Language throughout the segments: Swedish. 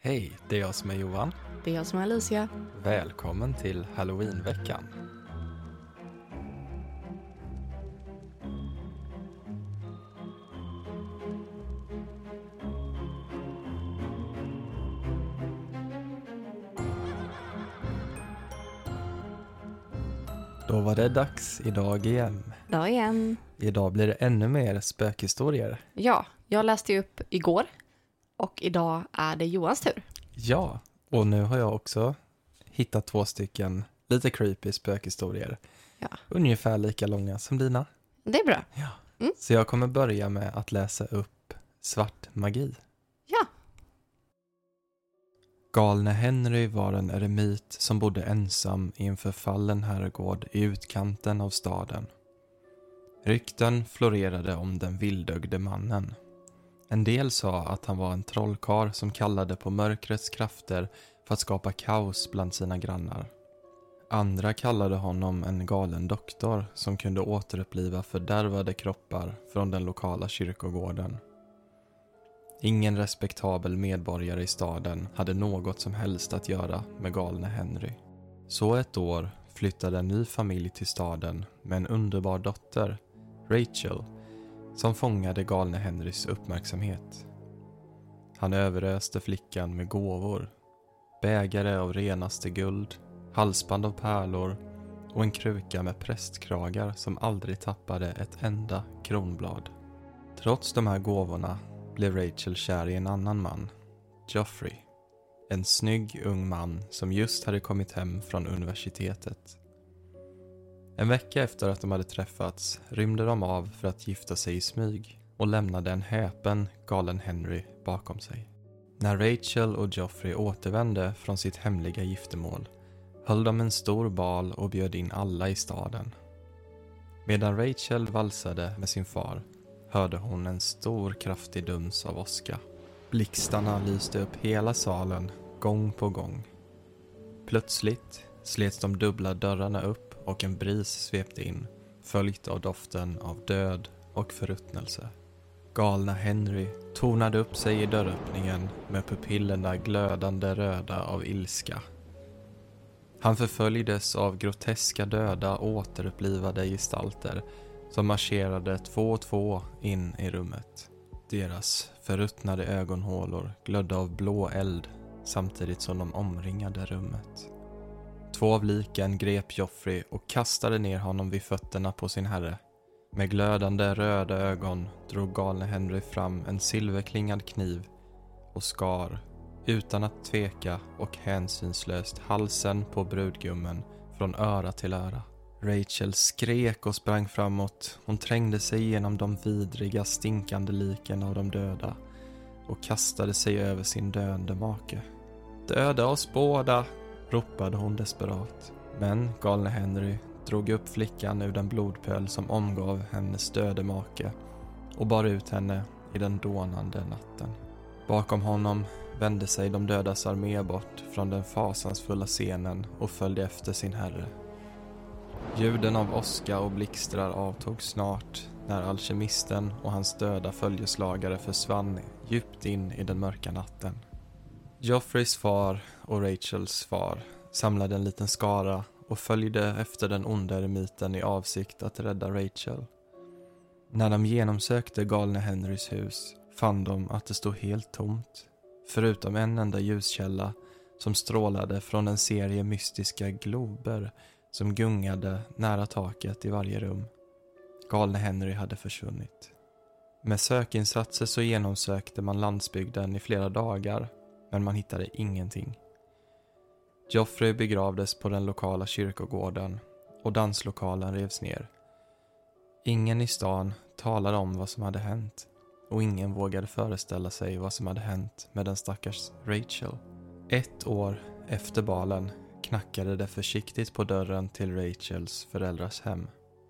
Hej, det är jag som är Johan. Det är jag som är Alicia. Välkommen till Halloweenveckan. Då var det dags idag igen. Dag igen. Idag blir det ännu mer spökhistorier. Ja, jag läste ju upp igår och idag är det Johans tur. Ja, och nu har jag också hittat 2 stycken lite creepy spökhistorier. Ja. Ungefär lika långa som dina. Det är bra. Ja. Mm. Så jag kommer börja med att läsa upp svart magi. Ja. Galne Henry var en eremit som bodde ensam i en förfallen herrgård i utkanten av staden. Rykten florerade om den vildögde mannen. En del sa att han var en trollkarl som kallade på mörkrets krafter för att skapa kaos bland sina grannar. Andra kallade honom en galen doktor som kunde återuppliva fördärvade kroppar från den lokala kyrkogården. Ingen respektabel medborgare i staden hade något som helst att göra med galne Henry. Så ett år flyttade en ny familj till staden med en underbar dotter, Rachel, som fångade galne Henrys uppmärksamhet. Han överöste flickan med gåvor, bägare av renaste guld, halsband av pärlor och en kruka med prästkragar som aldrig tappade ett enda kronblad. Trots de här gåvorna blev Rachel kär i en annan man, Geoffrey. En snygg ung man som just hade kommit hem från universitetet. En vecka efter att de hade träffats rymde de av för att gifta sig i smyg och lämnade en häpen galen Henry bakom sig. När Rachel och Geoffrey återvände från sitt hemliga giftermål höll de en stor bal och bjöd in alla i staden. Medan Rachel valsade med sin far hörde hon en stor kraftig duns av åska. Blixtarna lyste upp hela salen gång på gång. Plötsligt slets de dubbla dörrarna upp och en bris svepte in, följt av doften av död och förruttnelse. Galna Henry tornade upp sig i dörröppningen med pupillerna glödande röda av ilska. Han förföljdes av groteska döda återupplivade gestalter som marscherade 2 och 2 in i rummet. Deras förruttnade ögonhålor glödde av blå eld samtidigt som de omringade rummet. 2 av liken grep Geoffrey och kastade ner honom vid fötterna på sin herre. Med glödande röda ögon drog galne Henry fram en silverklingad kniv och skar, utan att tveka och hänsynslöst, halsen på brudgummen från öra till öra. Rachel skrek och sprang framåt. Hon trängde sig igenom de vidriga, stinkande liken av de döda och kastade sig över sin döende make. "Döda oss båda!" ropade hon desperat. Men galne Henry drog upp flickan ur den blodpöl som omgav hennes döde make och bar ut henne i den dånande natten. Bakom honom vände sig de dödas armé bort från den fasansfulla scenen och följde efter sin herre. Ljuden av åska och blixtrar avtog snart när alkemisten och hans döda följeslagare försvann djupt in i den mörka natten. Geoffreys far och Rachels far samlade en liten skara och följde efter den onda eremiten i avsikt att rädda Rachel. När de genomsökte galne Henrys hus fann de att det stod helt tomt, förutom en enda ljuskälla som strålade från en serie mystiska glober som gungade nära taket i varje rum. Galne Henry hade försvunnit. Med sökinsatser så genomsökte man landsbygden i flera dagar, men man hittade ingenting. Geoffrey begravdes på den lokala kyrkogården och danslokalen revs ner. Ingen i stan talade om vad som hade hänt och ingen vågade föreställa sig vad som hade hänt med den stackars Rachel. 1 år efter balen knackade det försiktigt på dörren till Rachels föräldrars hem.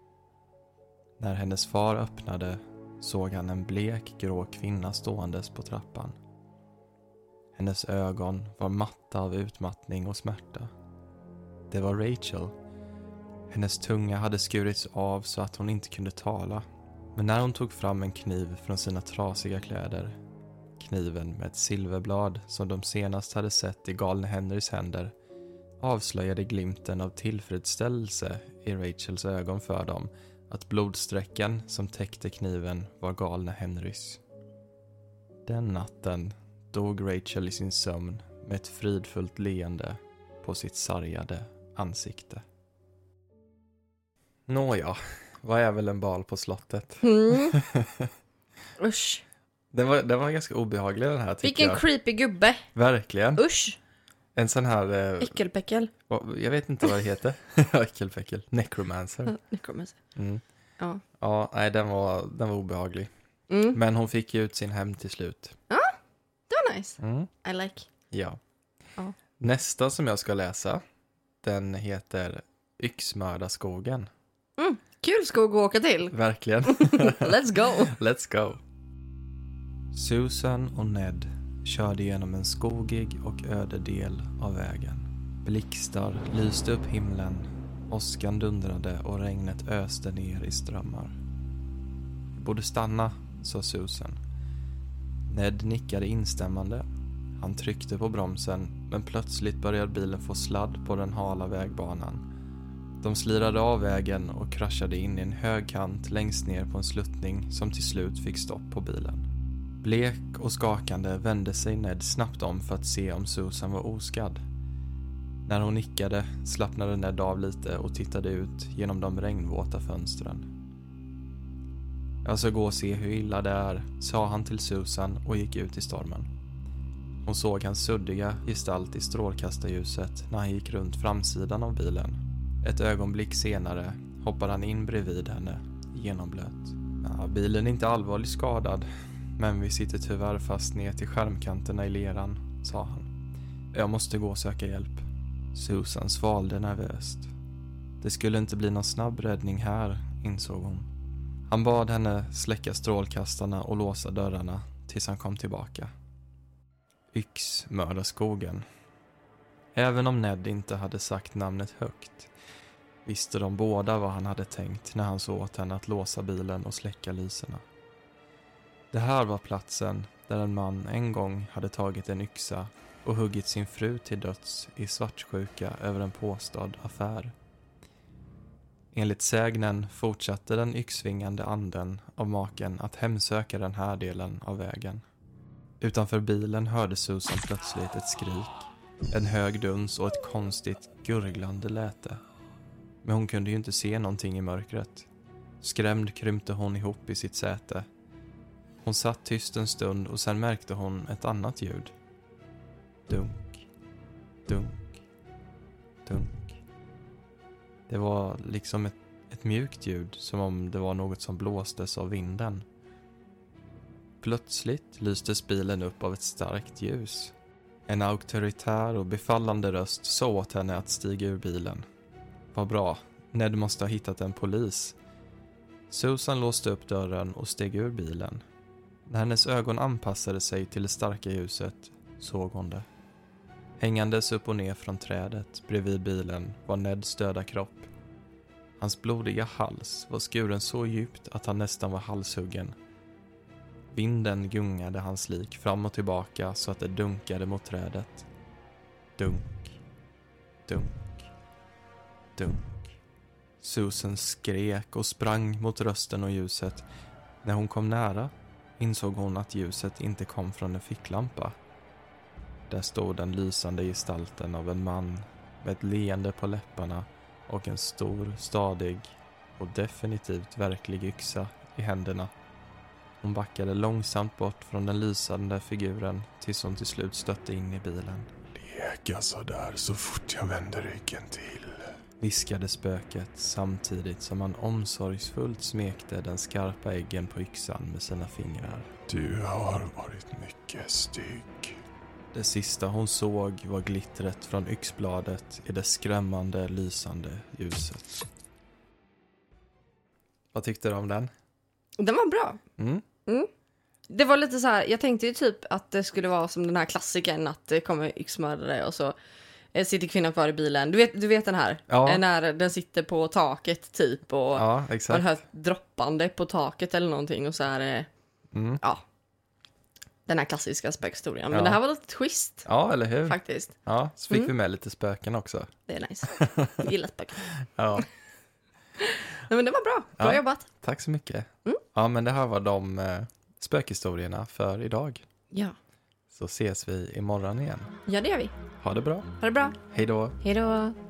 När hennes far öppnade såg han en blek grå kvinna ståendes på trappan. Hennes ögon var matta av utmattning och smärta. Det var Rachel. Hennes tunga hade skurits av så att hon inte kunde tala. Men när hon tog fram en kniv från sina trasiga kläder Kniven med ett silverblad som de senast hade sett i galne Henrys händer avslöjade glimten av tillfredsställelse i Rachels ögon för dem att blodsträckan som täckte kniven var galne Henrys. Den natten dog Rachel i sin sömn med ett fridfullt leende på sitt sargade ansikte. Nåja, vad är väl en bal på slottet? Usch. Den var ganska obehaglig den här, tycker Vilken jag. creepy gubbe. Verkligen. Usch. En sån här... Äckelpäckel. Jag vet inte vad det heter. Äckelpäckel. Necromancer. Necromancer. Mm. Ja. Ja, nej, den var obehaglig. Mm. Men hon fick ju ut sin hem till slut. Det var nice. Mm. I like. Ja. Ja. Nästa som jag ska läsa, den heter Yxmördarskogen. Kul skog att åka till. Verkligen. Let's go. Let's go. Susan och Ned körde genom en skogig och öde del av vägen. Blixtar lyste upp himlen, åskan dundrade och regnet öste ner i strömmar. "Vi borde stanna", sa Susan. Ned nickade instämmande. Han tryckte på bromsen, men plötsligt började bilen få sladd på den hala vägbanan. De slirade av vägen och kraschade in i en hög kant längst ner på en sluttning som till slut fick stopp på bilen. Blek och skakande vände sig Ned snabbt om för att se om Susan var oskadd. När hon nickade slappnade Ned av lite och tittade ut genom de regnvåta fönstren. "Jag ska gå och se hur illa det är", sa han till Susan och gick ut i stormen. Hon såg hans suddiga gestalt i strålkastarljuset när han gick runt framsidan av bilen. Ett ögonblick senare hoppade han in bredvid henne, genomblöt. "Bilen är inte allvarligt skadad, men vi sitter tyvärr fast ner till skärmkanterna i leran", sa han. "Jag måste gå och söka hjälp." Susan svalde nervöst. Det skulle inte bli någon snabb räddning här, insåg hon. Han bad henne släcka strålkastarna och låsa dörrarna tills han kom tillbaka. Yxmördarskogen. Även om Ned inte hade sagt namnet högt visste de båda vad han hade tänkt när han såg åt henne att låsa bilen och släcka lyserna. Det här var platsen där en man en gång hade tagit en yxa och huggit sin fru till döds i svartsjuka över en påstådd affär. Enligt sägnen fortsatte den yxvingande anden av maken att hemsöka den här delen av vägen. Utanför bilen hörde Susan plötsligt ett skrik, en hög duns och ett konstigt gurglande läte. Men hon kunde ju inte se någonting i mörkret. Skrämd krympte hon ihop i sitt säte. Hon satt tyst en stund och sen märkte hon ett annat ljud. Dunk, dunk, dunk. Det var liksom ett mjukt ljud, som om det var något som blåstes av vinden. Plötsligt lystes bilen upp av ett starkt ljus. En auktoritär och befallande röst sa åt henne att stiga ur bilen. Vad bra, Ned måste ha hittat en polis. Susan låste upp dörren och steg ur bilen. När hennes ögon anpassade sig till det starka ljuset såg hon det. Hängandes upp och ner från trädet bredvid bilen var Neds döda kropp. Hans blodiga hals var skuren så djupt att han nästan var halshuggen. Vinden gungade hans lik fram och tillbaka så att det dunkade mot trädet. Dunk, dunk, dunk. Susan skrek och sprang mot rösten och ljuset. När hon kom nära insåg hon att ljuset inte kom från en ficklampa. Där stod den lysande gestalten av en man med ett leende på läpparna och en stor, stadig och definitivt verklig yxa i händerna. Hon backade långsamt bort från den lysande figuren tills hon till slut stötte in i bilen. "Leka så där så fort jag vänder ryggen till", viskade spöket samtidigt som han omsorgsfullt smekte den skarpa äggen på yxan med sina fingrar. "Du har varit mycket stygg." Det sista hon såg var glittret från yxbladet i det skrämmande, lysande ljuset. Vad tyckte du om den? Den var bra. Mm. Det var lite så här, jag tänkte ju typ att det skulle vara som den här klassikern att det kommer yxmördare och så sitter kvinnan kvar i bilen. Du vet den här? Ja. När den sitter på taket typ och Ja, exakt. man hör droppande på taket eller någonting och så är det, ja. den här klassiska spökhistorien. Men Ja. det här var lite twist Ja, eller hur? faktiskt. Ja, så fick vi med lite spöken också. Det är nice. Jag gillar spöken. Ja, Nej, men det var bra. Bra Ja. jobbat. tack så mycket. Ja, men det här var de spökhistorierna för idag. Ja. Så ses vi imorgon igen. Ja, det gör vi. Ha det bra. Ha det bra. Hej då. Hej då.